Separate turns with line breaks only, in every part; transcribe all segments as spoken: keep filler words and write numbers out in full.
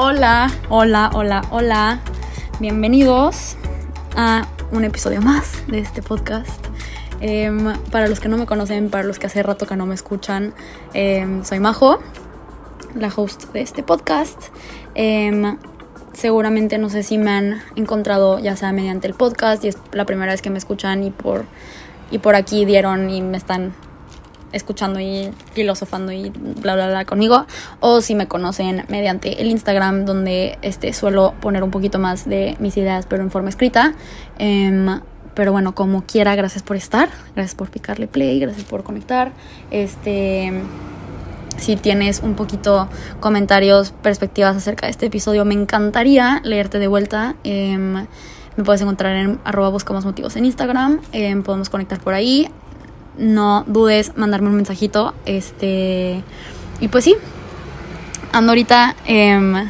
Hola, hola, hola, hola. Bienvenidos a un episodio más de este podcast. Eh, para los que no me conocen, para los que hace rato que no me escuchan, eh, soy Majo, la host de este podcast. Eh, seguramente no sé si me han encontrado ya sea mediante el podcast y es la primera vez que me escuchan y por, y por aquí dieron y me están escuchando y filosofando y bla bla bla conmigo, o si me conocen mediante el Instagram, donde este suelo poner un poquito más de mis ideas pero en forma escrita. Um, pero bueno, como quiera, gracias por estar, gracias por picarle play, gracias por conectar. Este, si tienes un poquito comentarios, perspectivas acerca de este episodio, me encantaría leerte de vuelta. Um, me puedes encontrar en arroba buscamos motivos en Instagram. Um, podemos conectar por ahí. No dudes mandarme un mensajito. Este. Y pues sí. Ando ahorita. Eh,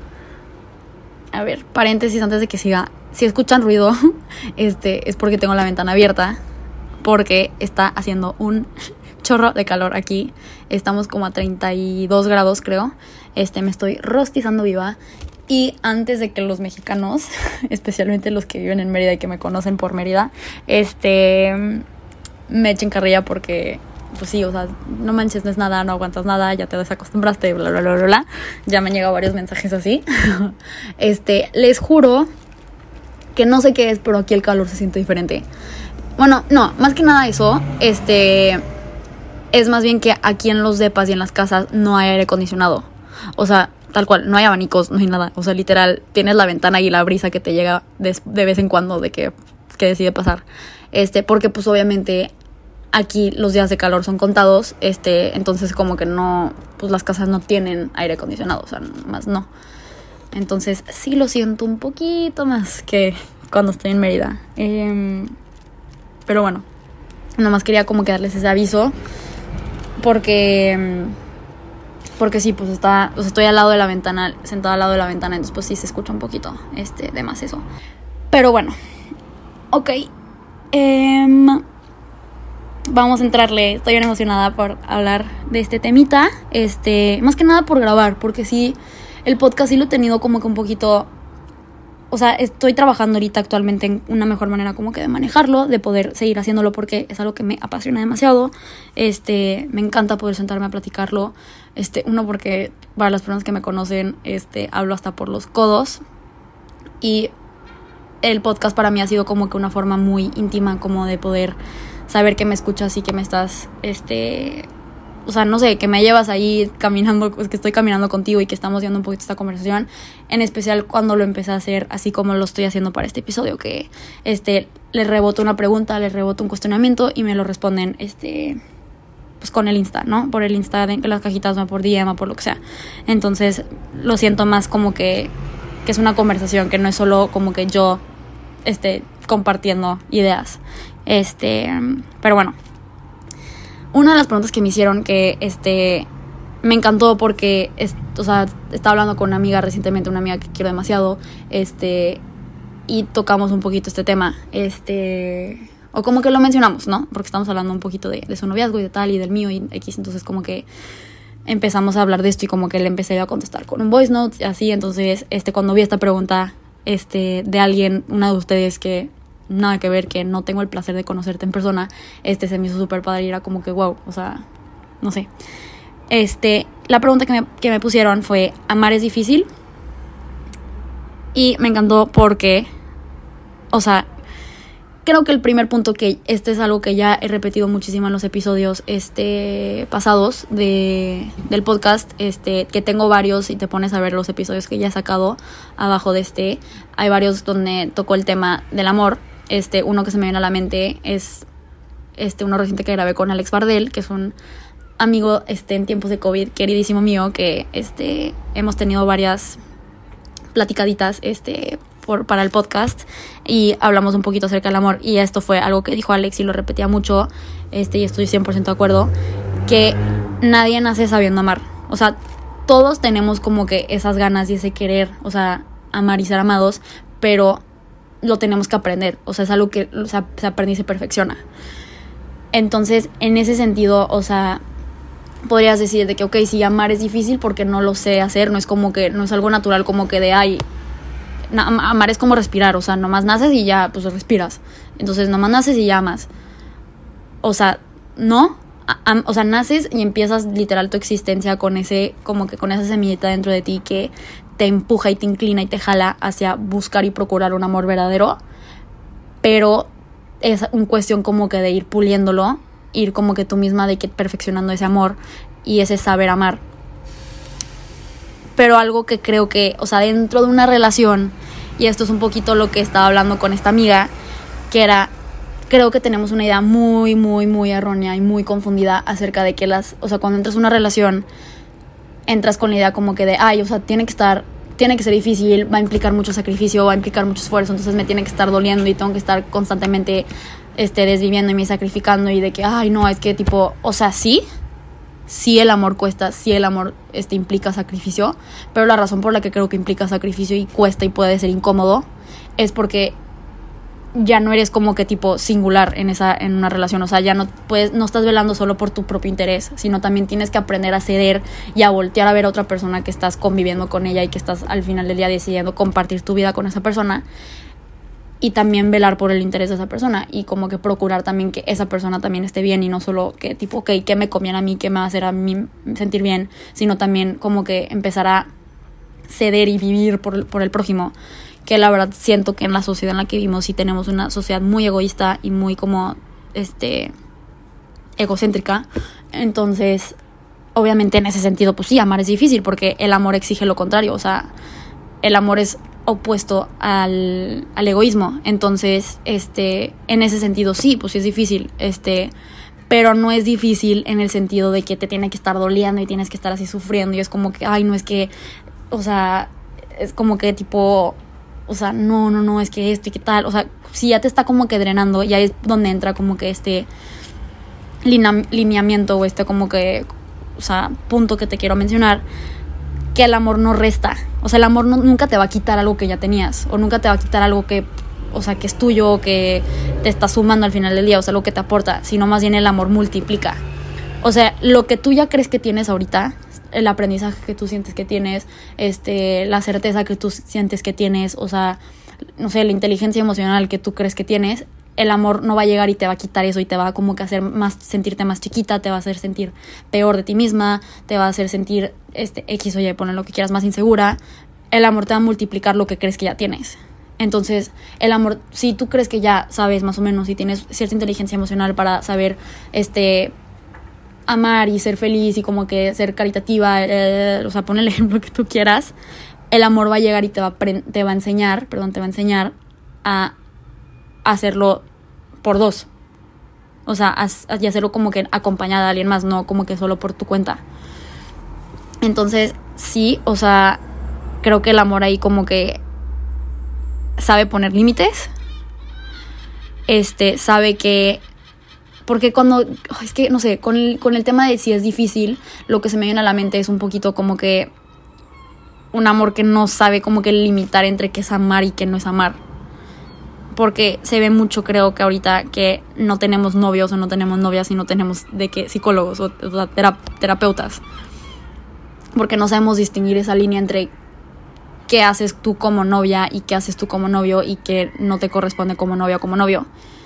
a ver, paréntesis antes de que siga. Si escuchan ruido, este, es porque tengo la ventana abierta. Porque está haciendo un chorro de calor aquí. Estamos como a treinta y dos grados, creo. Este, me estoy rostizando viva. Y antes de que los mexicanos, especialmente los que viven en Mérida y que me conocen por Mérida, este. me echen carrilla porque, pues sí, o sea, no manches, no es nada, no aguantas nada, ya te desacostumbraste, bla, bla, bla, bla, bla. Ya me han llegado varios mensajes así. Este, les juro que no sé qué es, pero aquí el calor se siente diferente. Bueno, no, más que nada eso, este, es más bien que aquí en los depas y en las casas no hay aire acondicionado. O sea, tal cual, no hay abanicos, no hay nada. O sea, literal, tienes la ventana y la brisa que te llega de, de vez en cuando de que, que decide pasar. Este, porque pues obviamente aquí los días de calor son contados, este, entonces como que no, pues las casas no tienen aire acondicionado, o sea, más no. Entonces sí lo siento un poquito más que cuando estoy en Mérida. Eh, pero bueno, nomás quería como que darles ese aviso, porque, porque sí, pues está, pues estoy al lado de la ventana, sentada al lado de la ventana, entonces pues sí se escucha un poquito, este, de más eso. Pero bueno, ok. Eh, Vamos a entrarle. Estoy bien emocionada por hablar de este temita. Este, más que nada por grabar, porque sí, el podcast sí lo he tenido como que un poquito. O sea, estoy trabajando ahorita actualmente en una mejor manera como que de manejarlo, de poder seguir haciéndolo porque es algo que me apasiona demasiado. Este, me encanta poder sentarme a platicarlo. Este, uno porque para las personas que me conocen, este, hablo hasta por los codos. Y el podcast para mí ha sido como que una forma muy íntima como de poder saber que me escuchas y que me estás, este, o sea, no sé, que me llevas ahí caminando, pues que estoy caminando contigo y que estamos viendo un poquito esta conversación, en especial cuando lo empecé a hacer así como lo estoy haciendo para este episodio, que, este, les reboto una pregunta, les reboto un cuestionamiento y me lo responden, este, pues con el Insta, ¿no? Por el Insta, de las cajitas, o por D M, o por lo que sea. Entonces, lo siento más como que, que es una conversación, que no es solo como que yo, este, compartiendo ideas. Este, pero bueno, una de las preguntas que me hicieron que, este, me encantó porque, es, o sea, estaba hablando con una amiga recientemente, una amiga que quiero demasiado, este, y tocamos un poquito este tema, este, o como que lo mencionamos, ¿no? Porque estamos hablando un poquito de, de su noviazgo y de tal, y del mío y X, entonces como que empezamos a hablar de esto y como que le empecé a contestar con un voice note y así, entonces, este, cuando vi esta pregunta, este, de alguien, una de ustedes que nada que ver, que no tengo el placer de conocerte en persona, este, se me hizo súper padre y era como que wow, o sea, no sé. Este, la pregunta que me, que me pusieron fue, ¿amar es difícil? Y me encantó porque, o sea, creo que el primer punto, que este es algo que ya he repetido muchísimo en los episodios este pasados de, del podcast, este, que tengo varios, y te pones a ver los episodios que ya he sacado abajo de este, hay varios donde tocó el tema del amor. Este, uno que se me viene a la mente es este, uno reciente que grabé con Alex Bardel, que es un amigo este, en tiempos de COVID, queridísimo mío, que este, hemos tenido varias platicaditas este, por, para el podcast y hablamos un poquito acerca del amor, y esto fue algo que dijo Alex y lo repetía mucho, este, y estoy cien por ciento de acuerdo, que nadie nace sabiendo amar. O sea, todos tenemos como que esas ganas y ese querer, o sea, amar y ser amados, pero lo tenemos que aprender, o sea, es algo que o sea, se aprende y se perfecciona. Entonces, en ese sentido, o sea, podrías decir de que, ok, sí, amar es difícil porque no lo sé hacer, no es como que, no es algo natural como que de, ay, na- amar es como respirar, o sea, nomás naces y ya, pues respiras. Entonces, nomás naces y ya amas. O sea, no, a- o sea, naces y empiezas literal tu existencia con ese, como que con esa semillita dentro de ti que te empuja y te inclina y te jala hacia buscar y procurar un amor verdadero, pero es una cuestión como que de ir puliéndolo, ir como que tú misma de que perfeccionando ese amor y ese saber amar. Pero algo que creo que, o sea, dentro de una relación, y esto es un poquito lo que estaba hablando con esta amiga, que era, creo que tenemos una idea muy, muy, muy errónea y muy confundida acerca de que las, o sea, cuando entras en una relación, entras con la idea como que de, ay, o sea, tiene que estar, tiene que ser difícil, va a implicar mucho sacrificio, va a implicar mucho esfuerzo, entonces me tiene que estar doliendo y tengo que estar constantemente este, desviviéndome y sacrificando y de que, ay, no, es que tipo, o sea, sí, sí el amor cuesta, sí el amor este, implica sacrificio, pero la razón por la que creo que implica sacrificio y cuesta y puede ser incómodo es porque ya no eres como que tipo singular en esa en una relación, o sea, ya no puedes, no estás velando solo por tu propio interés, sino también tienes que aprender a ceder y a voltear a ver a otra persona que estás conviviendo con ella y que estás al final del día decidiendo compartir tu vida con esa persona, y también velar por el interés de esa persona y como que procurar también que esa persona también esté bien y no solo que tipo, ok, ¿qué me conviene a mí? ¿Qué me va a hacer a mí sentir bien? Sino también como que empezar a ceder y vivir por, por el prójimo, que la verdad siento que en la sociedad en la que vivimos sí tenemos una sociedad muy egoísta y muy como este egocéntrica. Entonces, obviamente en ese sentido, pues sí, amar es difícil porque el amor exige lo contrario, o sea, el amor es opuesto al, al egoísmo. Entonces, este, en ese sentido sí, pues sí es difícil, este, pero no es difícil en el sentido de que te tiene que estar doliendo y tienes que estar así sufriendo y es como que, ay, no, es que, o sea, es como que tipo, o sea, no, no, no, es que esto y qué tal, o sea, si ya te está como que drenando, ya es donde entra como que este linea- lineamiento o este como que, o sea, punto que te quiero mencionar, que el amor no resta, o sea, el amor no, nunca te va a quitar algo que ya tenías, o nunca te va a quitar algo que, o sea, que es tuyo, o que te está sumando al final del día, o sea, algo que te aporta, sino más bien el amor multiplica. O sea, lo que tú ya crees que tienes ahorita, el aprendizaje que tú sientes que tienes, este, la certeza que tú sientes que tienes, o sea, no sé, la inteligencia emocional que tú crees que tienes, el amor no va a llegar y te va a quitar eso y te va como que hacer más, sentirte más chiquita, te va a hacer sentir peor de ti misma, te va a hacer sentir este X o Y, poner lo que quieras, más insegura. El amor te va a multiplicar lo que crees que ya tienes. Entonces, el amor, si tú crees que ya sabes más o menos, si tienes cierta inteligencia emocional para saber este amar y ser feliz y como que ser caritativa, eh, o sea, pon el ejemplo que tú quieras, el amor va a llegar y te va a, pre- te va a enseñar, perdón, te va a enseñar a hacerlo por dos. O sea, a, a, y hacerlo como que acompañada de alguien más, no como que solo por tu cuenta. Entonces, sí, o sea, creo que el amor ahí como que sabe poner límites. Este, sabe que... Porque cuando... Es que, no sé, con el, con el tema de si es difícil, lo que se me viene a la mente es un poquito como que un amor que no sabe como que limitar entre qué es amar y qué no es amar. Porque se ve mucho, creo que ahorita, que no tenemos novios o no tenemos novias y no tenemos de qué psicólogos o, o sea, terap- terapeutas. Porque no sabemos distinguir esa línea entre qué haces tú como novia y qué haces tú como novio y qué no te corresponde como novia o como novio.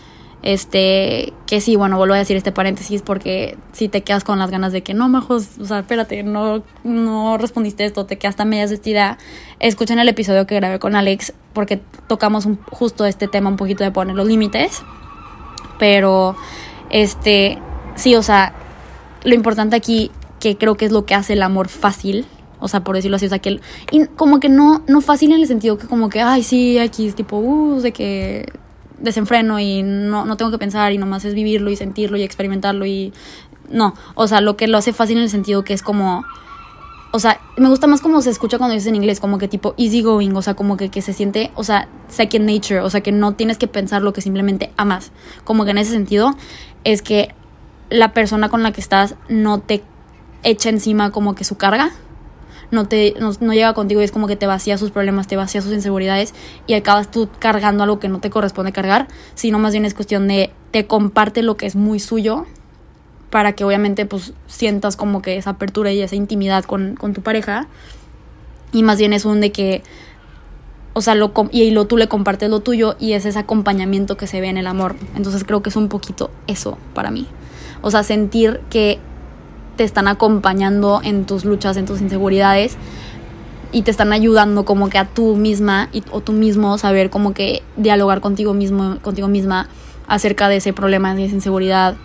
Este, que sí, bueno, vuelvo a decir este paréntesis porque si te quedas con las ganas de que no, majos, o sea, espérate, no, no respondiste esto, te quedas tan medias de esta idea, escuchen el episodio que grabé con Alex porque tocamos un, justo este tema un poquito de poner los límites, pero este, sí, o sea, lo importante aquí, que creo que es lo que hace el amor fácil, o sea, por decirlo así, o sea, que el, y como que no, no fácil en el sentido que como que, ay, sí, aquí es tipo, uh, de que desenfreno y no, no tengo que pensar y nomás es vivirlo y sentirlo y experimentarlo y no, o sea, lo que lo hace fácil en el sentido que es como, o sea, me gusta más como se escucha cuando dices en inglés, como que tipo easy going, o sea, como que, que se siente, o sea, second nature, o sea, que no tienes que pensar lo que simplemente amas, como que en ese sentido es que la persona con la que estás no te echa encima como que su carga, no te no, no llega contigo y es como que te vacía sus problemas, te vacía sus inseguridades y acabas tú cargando algo que no te corresponde cargar, sino más bien es cuestión de te comparte lo que es muy suyo para que obviamente pues sientas como que esa apertura y esa intimidad con, con tu pareja. Y más bien es un de que, o sea, lo, y lo, tú le compartes lo tuyo y es ese acompañamiento que se ve en el amor. Entonces creo que es un poquito eso para mí. O sea, sentir que te están acompañando en tus luchas, en tus inseguridades y te están ayudando como que a tú misma y, o tú mismo saber como que dialogar contigo mismo, contigo misma acerca de ese problema, de esa inseguridad.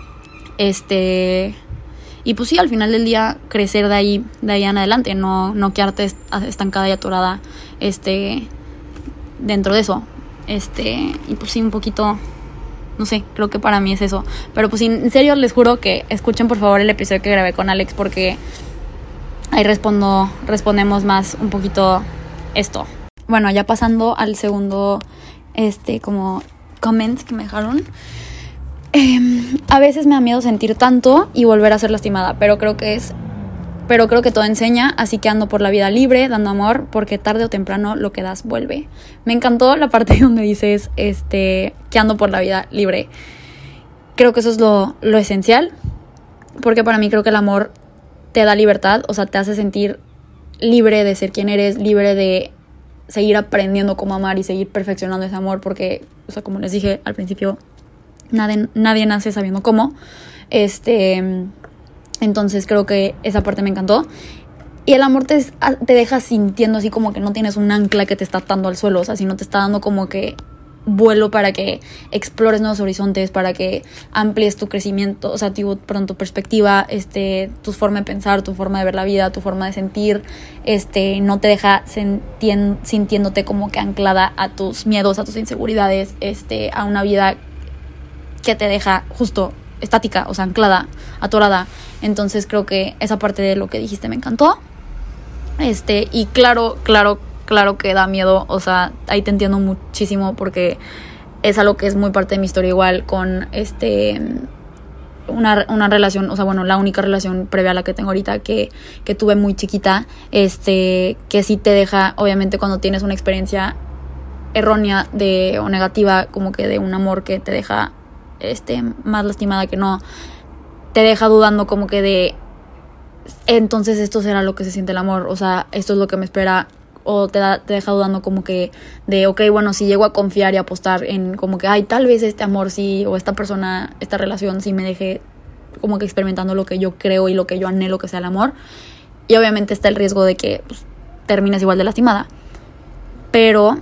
Este... Y pues sí, al final del día crecer de ahí, de ahí en adelante, no, no quedarte estancada y atorada este, dentro de eso. Este, y pues sí, un poquito, no sé, creo que para mí es eso. Pero pues en serio les juro que escuchen por favor el episodio que grabé con Alex, porque ahí respondo, respondemos más un poquito esto. Bueno, ya pasando al segundo, este, como comments que me dejaron. Eh, a veces me da miedo sentir tanto y volver a ser lastimada, pero creo que es, pero creo que todo enseña, así que ando por la vida libre, dando amor, porque tarde o temprano lo que das vuelve. Me encantó la parte donde dices, este, que ando por la vida libre. Creo que eso es lo, lo esencial, porque para mí creo que el amor te da libertad, o sea, te hace sentir libre de ser quien eres, libre de seguir aprendiendo cómo amar y seguir perfeccionando ese amor, porque, o sea, como les dije al principio, Nadie, nadie nace sabiendo cómo. Este, entonces creo que esa parte me encantó. Y el amor te, te deja sintiendo así como que no tienes un ancla que te está atando al suelo. O sea, sino te está dando como que vuelo para que explores nuevos horizontes, para que amplies tu crecimiento, o sea, tu, perdón, tu perspectiva, este, tu forma de pensar, tu forma de ver la vida, tu forma de sentir. Este, no te deja sentien, sintiéndote como que anclada a tus miedos, a tus inseguridades, este, a una vida que te deja justo estática, o sea, anclada, atorada. Entonces creo que esa parte de lo que dijiste me encantó. Este, y claro, claro, claro que da miedo, o sea, ahí te entiendo muchísimo porque es algo que es muy parte de mi historia igual con este una, una relación, o sea, bueno, la única relación previa a la que tengo ahorita que, que tuve muy chiquita, este, que sí te deja, obviamente cuando tienes una experiencia errónea de o negativa, como que de un amor que te deja este más lastimada que no, te deja dudando como que de entonces esto será lo que se siente el amor, o sea, esto es lo que me espera, o te, da, te deja dudando como que de ok, bueno, si llego a confiar y apostar en como que ay, tal vez este amor sí, o esta persona, esta relación sí me deje como que experimentando lo que yo creo y lo que yo anhelo que sea el amor, y obviamente está el riesgo de que pues, termines igual de lastimada. Pero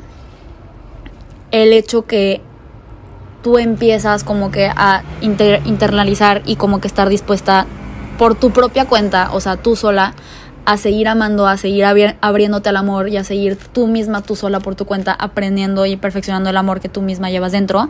el hecho que tú empiezas como que a inter- internalizar y como que estar dispuesta por tu propia cuenta, o sea, tú sola, a seguir amando, a seguir abri- abriéndote al amor y a seguir tú misma, tú sola por tu cuenta, aprendiendo y perfeccionando el amor que tú misma llevas dentro.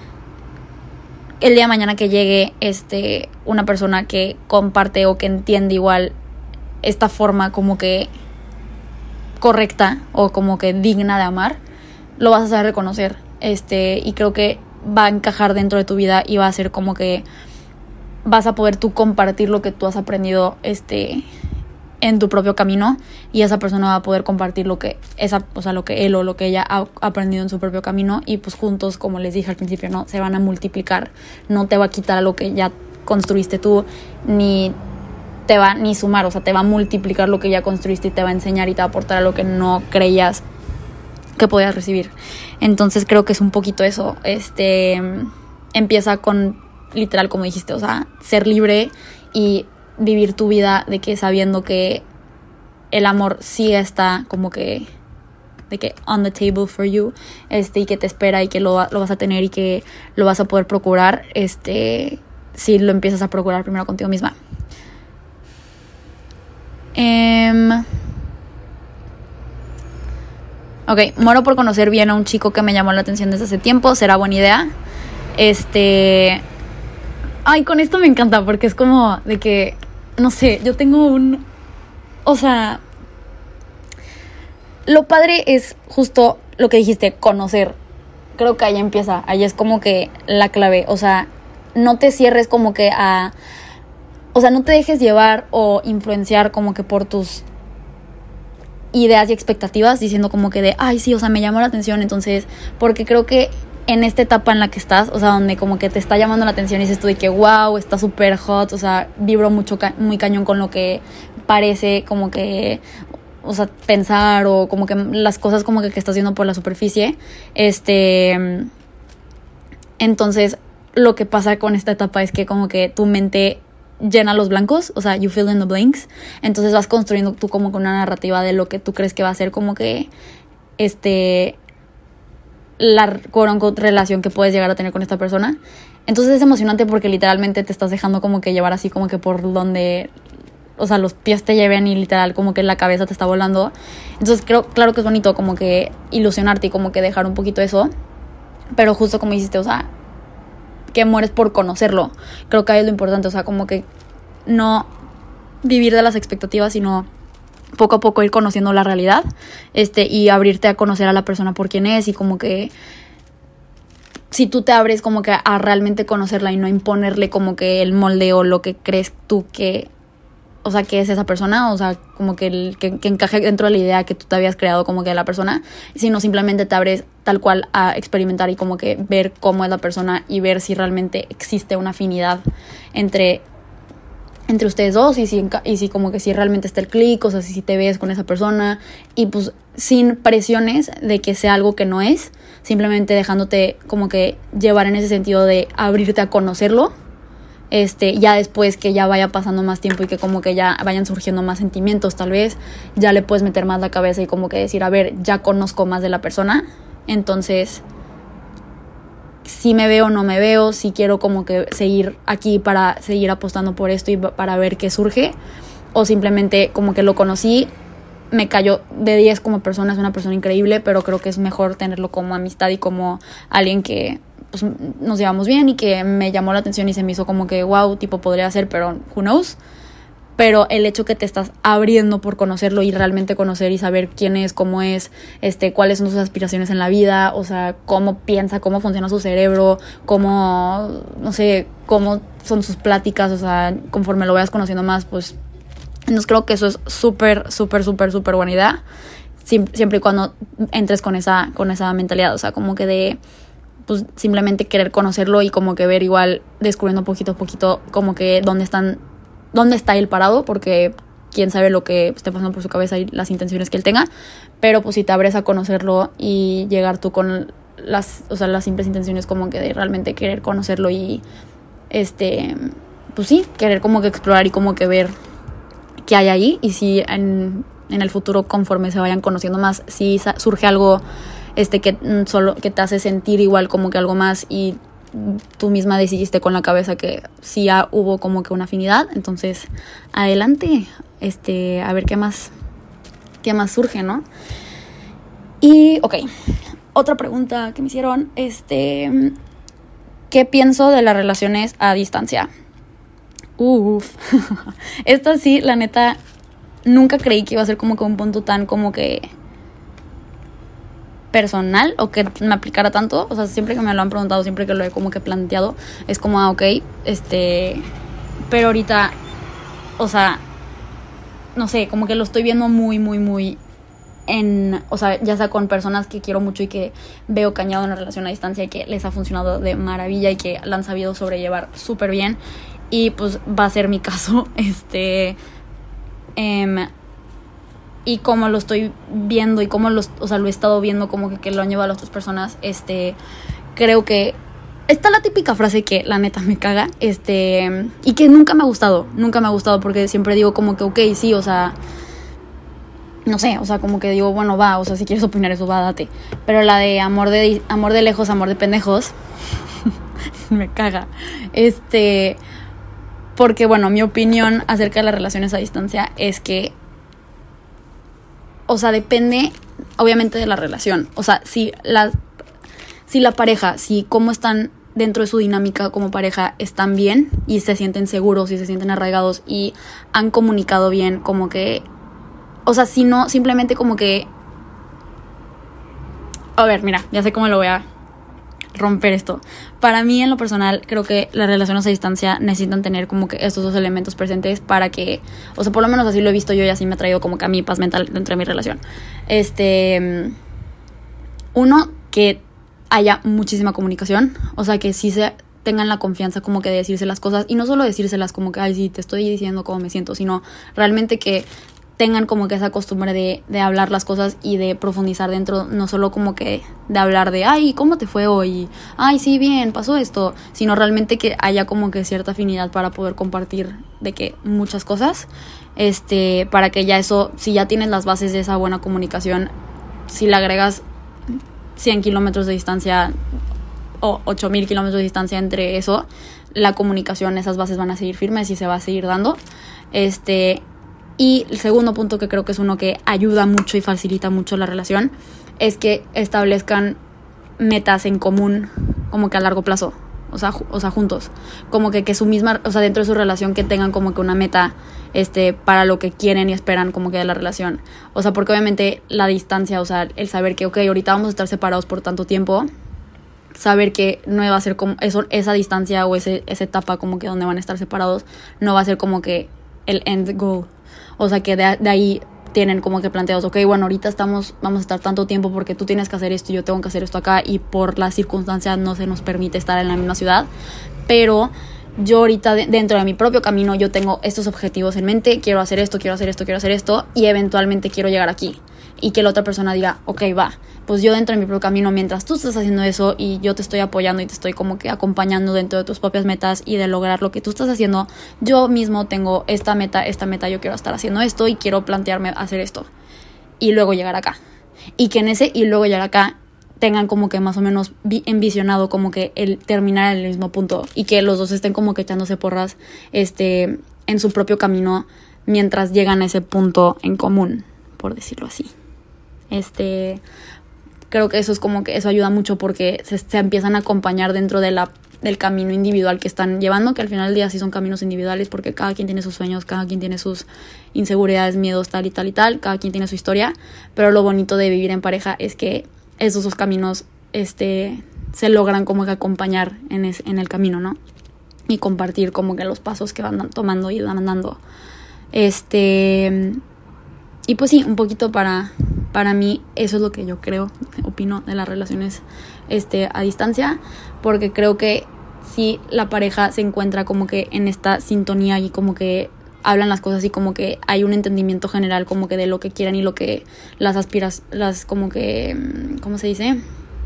El día de mañana que llegue este, una persona que comparte o que entiende igual esta forma como que correcta o como que digna de amar, lo vas a saber reconocer. Este, y creo que va a encajar dentro de tu vida y va a ser como que vas a poder tú compartir lo que tú has aprendido este en tu propio camino, y esa persona va a poder compartir lo que esa, o sea, lo que él o lo que ella ha aprendido en su propio camino, y pues juntos, como les dije al principio, no se van a multiplicar. No te va a quitar a lo que ya construiste tú, ni te va ni sumar, o sea, te va a multiplicar lo que ya construiste y te va a enseñar y te va a aportar a lo que no creías que podías recibir. Entonces creo que es un poquito eso. Este, empieza con, literal, como dijiste, o sea, ser libre y vivir tu vida de que sabiendo que el amor sí está como que de que on the table for you, este, y que te espera y que lo, lo vas a tener y que lo vas a poder procurar, este, si lo empiezas a procurar primero contigo misma. Um, Ok, muero por conocer bien a un chico que me llamó la atención desde hace tiempo. ¿Será buena idea? Este... Ay, con esto me encanta porque es como de que... No sé, yo tengo un... O sea... Lo padre es justo lo que dijiste, conocer. Creo que ahí empieza. Ahí es como que la clave. O sea, no te cierres como que a... O sea, no te dejes llevar o influenciar como que por tus ideas y expectativas, diciendo como que de, ay, sí, o sea, me llamó la atención, entonces, porque creo que en esta etapa en la que estás, o sea, donde como que te está llamando la atención y dices tú de que wow, está súper hot, o sea, vibro mucho, ca- muy cañón con lo que parece como que, o sea, pensar o como que las cosas como que, que estás viendo por la superficie, este, entonces lo que pasa con esta etapa es que como que tu mente llena los blancos, o sea, you fill in the blanks, entonces vas construyendo tú como con una narrativa de lo que tú crees que va a ser como que, este, la quote-unquote relación que puedes llegar a tener con esta persona. Entonces es emocionante porque literalmente te estás dejando como que llevar así como que por donde, o sea, los pies te lleven y literal como que la cabeza te está volando. Entonces creo, claro que es bonito como que ilusionarte y como que dejar un poquito eso, pero justo como dijiste, o sea, que mueres por conocerlo. Creo que ahí es lo importante, o sea, como que no vivir de las expectativas, sino poco a poco ir conociendo la realidad, este, y abrirte a conocer a la persona por quien es, y como que si tú te abres como que a realmente conocerla y no imponerle como que el molde o lo que crees tú que, o sea, que es esa persona, o sea, como que, el, que, que encaje dentro de la idea que tú te habías creado como que de la persona, sino simplemente te abres tal cual a experimentar y como que ver cómo es la persona y ver si realmente existe una afinidad entre entre ustedes dos y si, y si como que si realmente está el click, o sea, si, si te ves con esa persona, y pues sin presiones de que sea algo que no es, simplemente dejándote como que llevar en ese sentido de abrirte a conocerlo, este, ya después que ya vaya pasando más tiempo y que como que ya vayan surgiendo más sentimientos, tal vez ya le puedes meter más la cabeza y como que decir, a ver, ya conozco más de la persona, entonces si me veo o no me veo, si quiero como que seguir aquí para seguir apostando por esto y para ver qué surge, o simplemente como que lo conocí, me cayó de diez como persona, es una persona increíble, pero creo que es mejor tenerlo como amistad y como alguien que pues nos llevamos bien y que me llamó la atención y se me hizo como que wow, tipo podría ser, pero who knows. Pero el hecho que te estás abriendo por conocerlo y realmente conocer y saber quién es, cómo es, este, cuáles son sus aspiraciones en la vida, o sea, cómo piensa, cómo funciona su cerebro, cómo, no sé, cómo son sus pláticas, o sea, conforme lo vayas conociendo más, pues, entonces creo que eso es súper, súper, súper, súper buena idea, siempre y cuando entres con esa, con esa mentalidad, o sea, como que de, pues, simplemente querer conocerlo y como que ver igual, descubriendo poquito a poquito, como que dónde están, dónde está él parado, porque quién sabe lo que esté pasando por su cabeza y las intenciones que él tenga, pero pues si te abres a conocerlo y llegar tú con las, o sea, las simples intenciones como que de realmente querer conocerlo y este, pues sí, querer como que explorar y como que ver qué hay ahí, y si en, en el futuro conforme se vayan conociendo más, si surge algo este que solo que te hace sentir igual como que algo más y tú misma decidiste con la cabeza que sí ya hubo como que una afinidad, entonces adelante, este, a ver qué más qué más surge, ¿no? Y ok, otra pregunta que me hicieron, este, ¿qué pienso de las relaciones a distancia? Uff, esta sí, la neta, nunca creí que iba a ser como que un punto tan como que personal o que me aplicara tanto, o sea, siempre que me lo han preguntado, siempre que lo he como que planteado, es como, ah, ok, este, pero ahorita, o sea, no sé, como que lo estoy viendo muy, muy, muy en, o sea, ya sea con personas que quiero mucho y que veo cañado en la relación a distancia y que les ha funcionado de maravilla y que la han sabido sobrellevar súper bien, y pues va a ser mi caso, este, eh, y como lo estoy viendo y como los, o sea, lo he estado viendo como que, que lo han llevado a las otras personas, este, creo que está la típica frase que la neta me caga, este, y que nunca me ha gustado, nunca me ha gustado porque siempre digo como que, ok, sí, o sea, no sé, o sea, como que digo, bueno, va, o sea, si quieres opinar eso, va, date, pero la de amor de, amor de lejos, amor de pendejos, me caga, este, porque, bueno, mi opinión acerca de las relaciones a distancia es que, o sea, depende obviamente de la relación. O sea, si la, si la pareja, si cómo están dentro de su dinámica como pareja, están bien y se sienten seguros y se sienten arraigados y han comunicado bien, como que, o sea, si no, simplemente como que, a ver, mira, ya sé cómo lo voy a romper esto. Para mí, en lo personal, creo que las relaciones a distancia necesitan tener como que estos dos elementos presentes para que, o sea, por lo menos así lo he visto yo y así me ha traído como que a mi paz mental dentro de mi relación. Este, uno, que haya muchísima comunicación, o sea, que sí se tengan la confianza como que de decirse las cosas, y no solo decírselas como que, ay, sí, te estoy diciendo cómo me siento, sino realmente que tengan como que esa costumbre de, de hablar las cosas y de profundizar dentro, no solo como que de hablar de, ay, ¿cómo te fue hoy? Ay, sí, bien, pasó esto, sino realmente que haya como que cierta afinidad para poder compartir de que muchas cosas, este, para que ya eso, si ya tienes las bases de esa buena comunicación, si le agregas cien kilómetros de distancia o ocho mil kilómetros de distancia entre eso, la comunicación, esas bases van a seguir firmes y se va a seguir dando. Este, y el segundo punto, que creo que es uno que ayuda mucho y facilita mucho la relación, es que establezcan metas en común como que a largo plazo, o sea, ju- o sea juntos, como que, que su misma, o sea, dentro de su relación que tengan como que una meta este para lo que quieren y esperan como que de la relación, o sea, porque obviamente la distancia, o sea, el saber que, ok, ahorita vamos a estar separados por tanto tiempo, saber que no va a ser como eso, esa distancia o ese, esa etapa como que donde van a estar separados no va a ser como que el end goal, o sea, que de, de ahí tienen como que planteados, ok, bueno, ahorita estamos, vamos a estar tanto tiempo porque tú tienes que hacer esto y yo tengo que hacer esto acá y por las circunstancias no se nos permite estar en la misma ciudad, pero yo ahorita de, dentro de mi propio camino yo tengo estos objetivos en mente, quiero hacer esto, quiero hacer esto, quiero hacer esto y eventualmente quiero llegar aquí, y que la otra persona diga, ok, va, pues yo dentro de mi propio camino, mientras tú estás haciendo eso y yo te estoy apoyando y te estoy como que acompañando dentro de tus propias metas y de lograr lo que tú estás haciendo, yo mismo tengo esta meta, esta meta, yo quiero estar haciendo esto y quiero plantearme hacer esto y luego llegar acá, y que en ese y luego llegar acá tengan como que más o menos vi- envisionado como que el terminar en el mismo punto y que los dos estén como que echándose porras este, en su propio camino mientras llegan a ese punto en común, por decirlo así. Este, creo que eso es como que eso ayuda mucho porque se, se empiezan a acompañar dentro de la, del camino individual que están llevando, que al final del día sí son caminos individuales porque cada quien tiene sus sueños, cada quien tiene sus inseguridades, miedos, tal y tal y tal, cada quien tiene su historia, pero lo bonito de vivir en pareja es que esos dos caminos este, se logran como que acompañar en, es, en el camino, ¿no? Y compartir como que los pasos que van tomando y van dando. Este, y pues sí, un poquito para... Para mí eso es lo que yo creo, opino de las relaciones este, a distancia, porque creo que si la pareja se encuentra como que en esta sintonía y como que hablan las cosas y como que hay un entendimiento general como que de lo que quieren y lo que las aspiras, las como que, ¿cómo se dice?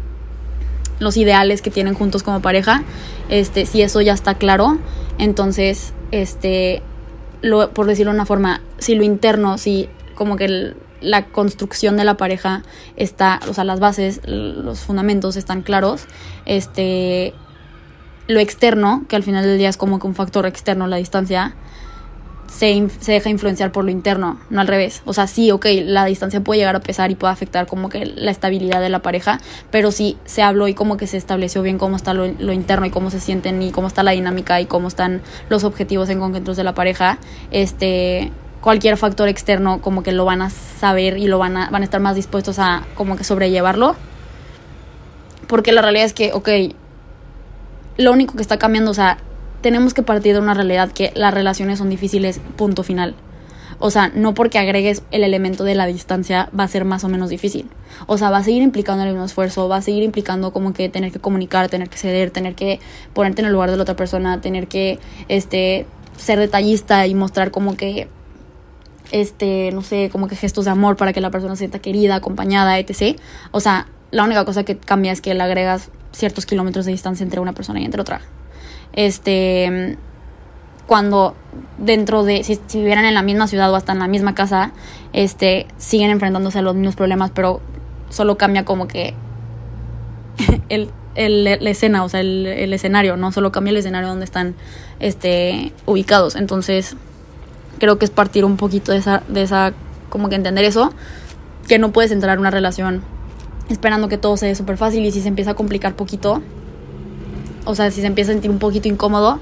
Los ideales que tienen juntos como pareja, este, si eso ya está claro, entonces, este, lo, por decirlo de una forma, si lo interno, si como que el la construcción de la pareja está, o sea, las bases, los fundamentos están claros, este, lo externo, que al final del día es como que un factor externo, la distancia, se, se deja influenciar por lo interno, no al revés. O sea, sí, ok, la distancia puede llegar a pesar y puede afectar como que la estabilidad de la pareja, pero sí se habló y como que se estableció bien cómo está lo, lo interno y cómo se sienten y cómo está la dinámica y cómo están los objetivos en concretos de la pareja, este... cualquier factor externo como que lo van a saber y lo van a, van a estar más dispuestos a como que sobrellevarlo, porque la realidad es que, ok, lo único que está cambiando, o sea, tenemos que partir de una realidad que las relaciones son difíciles, punto final. O sea, no porque agregues el elemento de la distancia va a ser más o menos difícil. O sea, va a seguir implicando el mismo esfuerzo, va a seguir implicando como que tener que comunicar, tener que ceder, tener que ponerte en el lugar de la otra persona, tener que este, ser detallista y mostrar como que este, no sé, como que gestos de amor para que la persona se sienta querida, acompañada, etcétera. O sea, la única cosa que cambia es que le agregas ciertos kilómetros de distancia entre una persona y entre otra. Este, cuando dentro de, si, si vivieran en la misma ciudad o hasta en la misma casa, este, siguen enfrentándose a los mismos problemas, pero solo cambia como que el, el, la escena, o sea, el, el escenario, ¿no? Solo cambia el escenario donde están este, ubicados. Entonces, creo que es partir un poquito de esa, de esa, como que entender eso, que no puedes entrar en una relación esperando que todo sea súper fácil, y si se empieza a complicar poquito, o sea, si se empieza a sentir un poquito incómodo,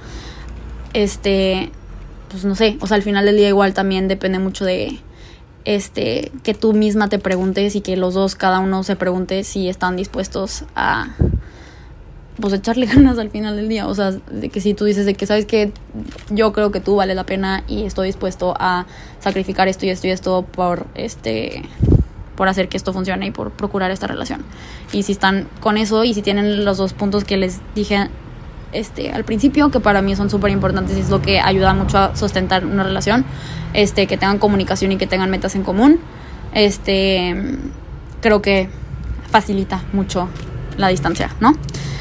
este, pues no sé, o sea, al final del día igual también depende mucho de, este, que tú misma te preguntes y que los dos, cada uno se pregunte si están dispuestos a, pues echarle ganas al final del día. O sea, de que si tú dices de que sabes que yo creo que tú vales la pena y estoy dispuesto a sacrificar esto y esto y esto por este por hacer que esto funcione y por procurar esta relación. Y si están con eso y si tienen los dos puntos que les dije este, al principio, que para mí son súper importantes y es lo que ayuda mucho a sustentar una relación, este, que tengan comunicación y que tengan metas en común, este, creo que facilita mucho la distancia, ¿no?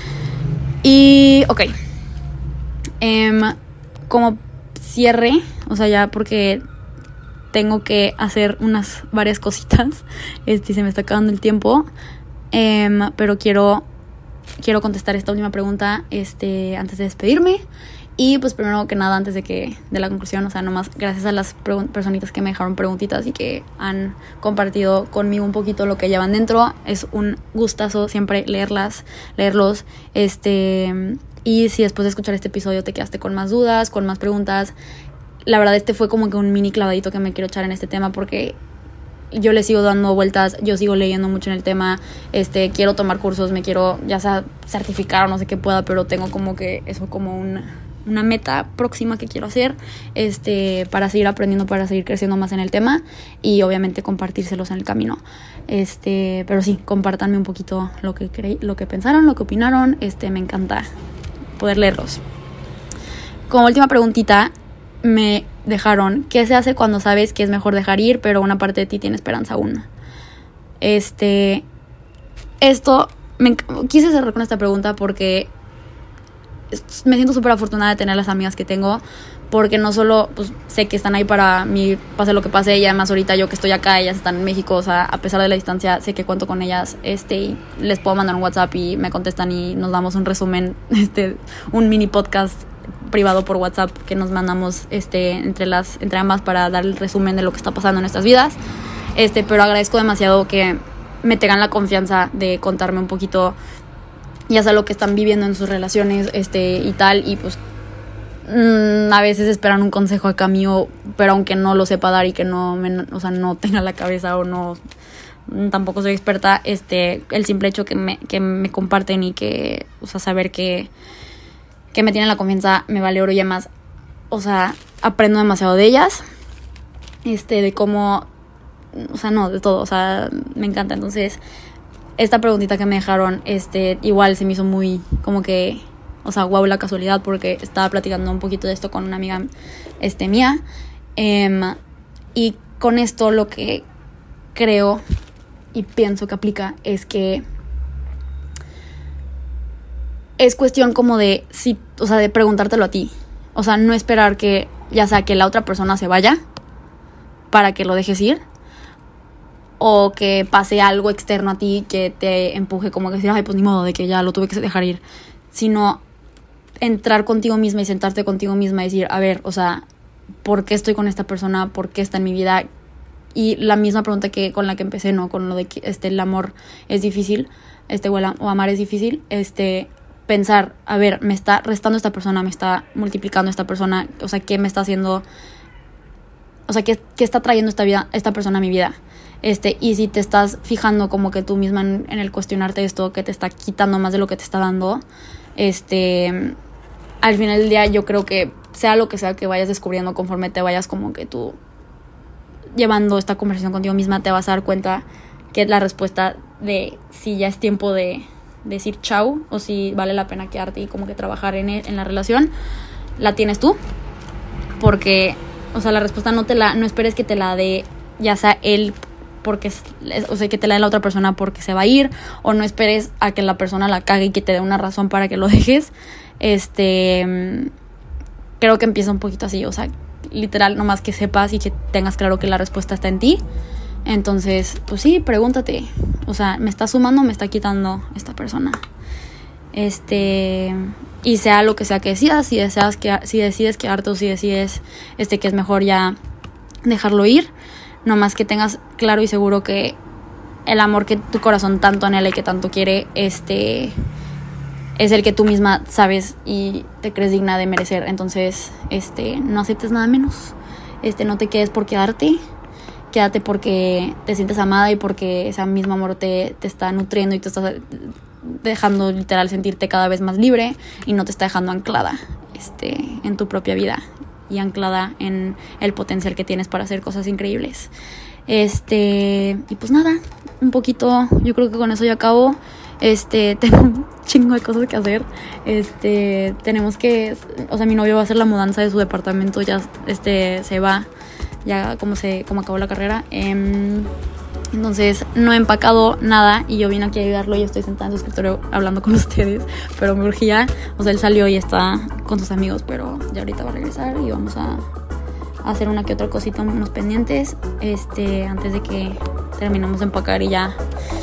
Y, ok, um, como cierre, o sea, ya porque tengo que hacer unas varias cositas, este, se me está acabando el tiempo, um, pero quiero, quiero contestar esta última pregunta este, antes de despedirme. Y pues primero que nada, antes de que de la conclusión, o sea, nomás gracias a las pregun- personitas que me dejaron preguntitas y que han compartido conmigo un poquito lo que llevan dentro. Es un gustazo siempre leerlas, leerlos, este, y si después de escuchar este episodio te quedaste con más dudas, con más preguntas, la verdad este fue como que un mini clavadito que me quiero echar en este tema porque yo le sigo dando vueltas, yo sigo leyendo mucho en el tema, este, quiero tomar cursos, me quiero ya sea certificar o no sé qué pueda, pero tengo como que eso como un... una meta próxima que quiero hacer, este, para seguir aprendiendo, para seguir creciendo más en el tema y obviamente compartírselos en el camino. Este, pero sí, compártanme un poquito lo que cre- lo que pensaron, lo que opinaron, este, me encanta poder leerlos. Como última preguntita, me dejaron, ¿qué se hace cuando sabes que es mejor dejar ir, pero una parte de ti tiene esperanza aún? Este, esto, me enc- quise cerrar con esta pregunta porque me siento súper afortunada de tener las amigas que tengo, porque no solo pues, sé que están ahí para mí, pase lo que pase, y además ahorita yo que estoy acá, ellas están en México, o sea, a pesar de la distancia, sé que cuento con ellas, este, y les puedo mandar un WhatsApp y me contestan y nos damos un resumen, este, un mini podcast privado por WhatsApp que nos mandamos este, entre, las, entre ambas para dar el resumen de lo que está pasando en nuestras vidas, este, pero agradezco demasiado que me tengan la confianza de contarme un poquito ya sea lo que están viviendo en sus relaciones este y tal, y pues mmm, a veces esperan un consejo acá mío, pero aunque no lo sepa dar y que no me, o sea, no tenga la cabeza o no, tampoco soy experta, este el simple hecho que me, que me comparten y que, o sea, saber que, que me tienen la confianza me vale oro y además, o sea, aprendo demasiado de ellas, este de cómo, o sea, no, de todo, o sea, me encanta. Entonces esta preguntita que me dejaron, este, igual se me hizo muy, como que, o sea, guau, la casualidad, porque estaba platicando un poquito de esto con una amiga, este, mía, um, y con esto lo que creo y pienso que aplica es que es cuestión como de, si, o sea, de preguntártelo a ti, o sea, no esperar que, ya sea que la otra persona se vaya para que lo dejes ir, o que pase algo externo a ti que te empuje como que decir, ay, pues ni modo de que ya lo tuve que dejar ir, sino entrar contigo misma y sentarte contigo misma y decir, a ver, o sea, ¿por qué estoy con esta persona? ¿Por qué está en mi vida? Y la misma pregunta que con la que empecé, ¿no? Con lo de que este, el amor es difícil, este, o, el, o amar es difícil, este, pensar, a ver, me está restando esta persona, me está multiplicando esta persona, o sea, ¿qué me está haciendo? O sea, ¿qué, qué está trayendo esta vida, esta persona a mi vida? Este, y si te estás fijando como que tú misma en, en el cuestionarte esto, que te está quitando más de lo que te está dando, este, al final del día yo creo que sea lo que sea que vayas descubriendo conforme te vayas como que tú llevando esta conversación contigo misma, te vas a dar cuenta que la respuesta de si ya es tiempo de, de decir chau o si vale la pena quedarte y como que trabajar en, el, en la relación, la tienes tú, porque, o sea, la respuesta no te la, no esperes que te la dé ya sea él porque, o sea, que te la dé la otra persona porque se va a ir, o no esperes a que la persona la cague y que te dé una razón para que lo dejes. Este, creo que empieza un poquito así, o sea, literal, nomás que sepas y que tengas claro que la respuesta está en ti. Entonces, pues sí, pregúntate, o sea, ¿me está sumando o me está quitando esta persona? Este, y sea lo que sea que decidas, si deseas que, si decides quedarte o si decides este que es mejor ya dejarlo ir, nomás que tengas claro y seguro que el amor que tu corazón tanto anhela y que tanto quiere, este, es el que tú misma sabes y te crees digna de merecer. Entonces, este, no aceptes nada menos, este, no te quedes por quedarte, quédate porque te sientes amada y porque ese mismo amor te, te está nutriendo y te está dejando literal sentirte cada vez más libre y no te está dejando anclada este, en tu propia vida y anclada en el potencial que tienes para hacer cosas increíbles. Este, y pues nada, un poquito, yo creo que con eso ya acabo. Este, tengo un chingo de cosas que hacer. Este, tenemos que, o sea, mi novio va a hacer la mudanza de su departamento, ya este se va, ya como se como acabó la carrera. Eh, entonces no he empacado nada y yo vine aquí a ayudarlo y estoy sentada en su escritorio hablando con ustedes, pero me urgía. O sea, él salió y está con sus amigos, pero ya ahorita va a regresar y vamos a hacer una que otra cosita, unos pendientes, este, antes de que terminemos de empacar y ya,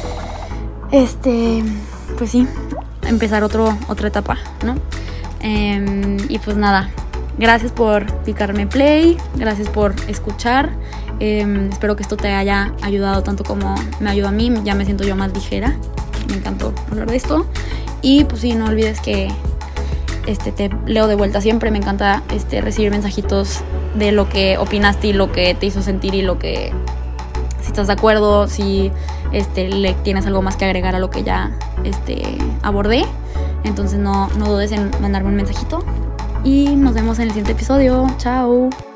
este, pues sí, empezar otro, otra etapa, ¿no? Eh, y pues nada, gracias por picarme play, gracias por escuchar. Eh, espero que esto te haya ayudado tanto como me ayudó a mí. Ya me siento yo más ligera. Me encantó hablar de esto. Y pues sí, no olvides que este, te leo de vuelta siempre. Me encanta este, recibir mensajitos de lo que opinaste y lo que te hizo sentir y lo que, si estás de acuerdo, si este, le tienes algo más que agregar a lo que ya este, abordé. Entonces no, no dudes en mandarme un mensajito. Y nos vemos en el siguiente episodio. Chao.